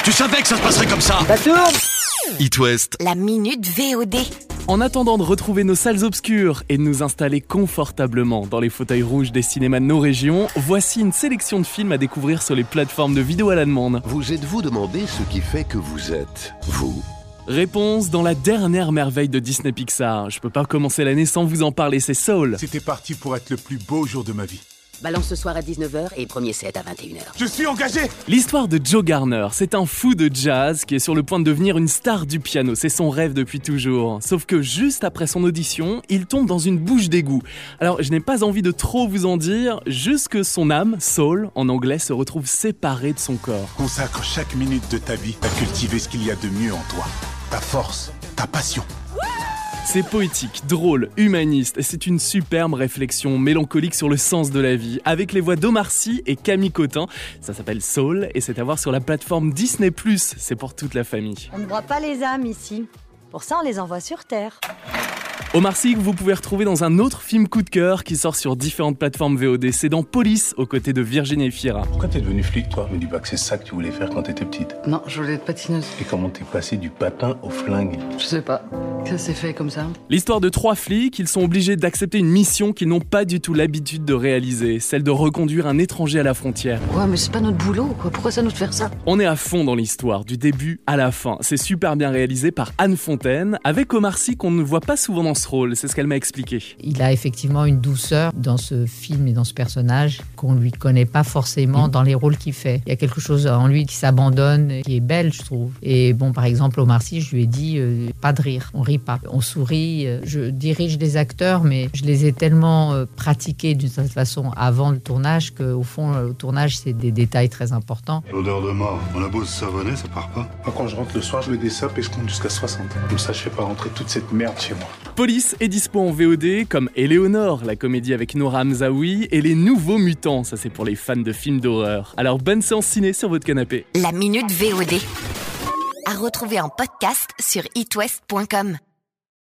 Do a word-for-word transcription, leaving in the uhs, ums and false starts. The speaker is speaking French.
Tu savais que ça se passerait comme ça. Ça tourne. It West. La minute V O D. En attendant de retrouver nos salles obscures et de nous installer confortablement dans les fauteuils rouges des cinémas de nos régions, voici une sélection de films à découvrir sur les plateformes de vidéo à la demande. Vous êtes-vous demandé ce qui fait que vous êtes, vous ? Réponse dans la dernière merveille de Disney Pixar. Je peux pas commencer l'année sans vous en parler, c'est Soul. C'était parti pour être le plus beau jour de ma vie. Balance ce soir à dix-neuf heures et premier set à vingt et une heures. Je suis engagé. L'histoire de Joe Garner, c'est un fou de jazz qui est sur le point de devenir une star du piano. C'est son rêve depuis toujours. Sauf que juste après son audition, il tombe dans une bouche d'égout. Alors, je n'ai pas envie de trop vous en dire, juste que son âme, soul, en anglais, se retrouve séparée de son corps. Consacre chaque minute de ta vie à cultiver ce qu'il y a de mieux en toi. Ta force, ta passion. C'est poétique, drôle, humaniste, et c'est une superbe réflexion mélancolique sur le sens de la vie, avec les voix d'Omar Sy et Camille Cotin. Ça s'appelle Soul, et c'est à voir sur la plateforme Disney plus, c'est pour toute la famille. On ne broie pas les âmes ici. Pour ça, on les envoie sur Terre. Omar Sy que vous pouvez retrouver dans un autre film coup de cœur qui sort sur différentes plateformes V O D. C'est dans Police, aux côtés de Virginie Efira. Pourquoi t'es devenue flic, toi ? Me dis pas que c'est ça que tu voulais faire quand t'étais petite. Non, je voulais être patineuse. Et comment t'es passé du patin au flingue ? Je sais pas. Ça s'est fait comme ça. L'histoire de trois flics, ils sont obligés d'accepter une mission qu'ils n'ont pas du tout l'habitude de réaliser, celle de reconduire un étranger à la frontière. Ouais, mais c'est pas notre boulot, quoi. Pourquoi ça nous de faire ça ? On est à fond dans l'histoire, du début à la fin. C'est super bien réalisé par Anne Fontaine, avec Omar Sy qu'on ne voit pas souvent dans ce rôle, c'est ce qu'elle m'a expliqué. Il a effectivement une douceur dans ce film et dans ce personnage qu'on lui connaît pas forcément dans les rôles qu'il fait. Il y a quelque chose en lui qui s'abandonne, qui est belle, je trouve. Et bon, par exemple, Omar Sy, je lui ai dit euh, pas de rire, on rit pas, on sourit. Je dirige des acteurs, mais je les ai tellement euh, pratiqués d'une certaine façon avant le tournage qu'au fond, le tournage, c'est des détails très importants. L'odeur de mort, on a beau se savonner, ça part pas. Moi, quand je rentre le soir, je mets des sapes et je compte jusqu'à soixante. Comme ça, je fais pas rentrer toute cette merde chez moi. Police est dispo en V O D, comme Éléonore, la comédie avec Nora Hamzaoui, et Les Nouveaux Mutants, ça c'est pour les fans de films d'horreur. Alors bonne séance ciné sur votre canapé. La minute V O D. À retrouver en podcast sur it west point com.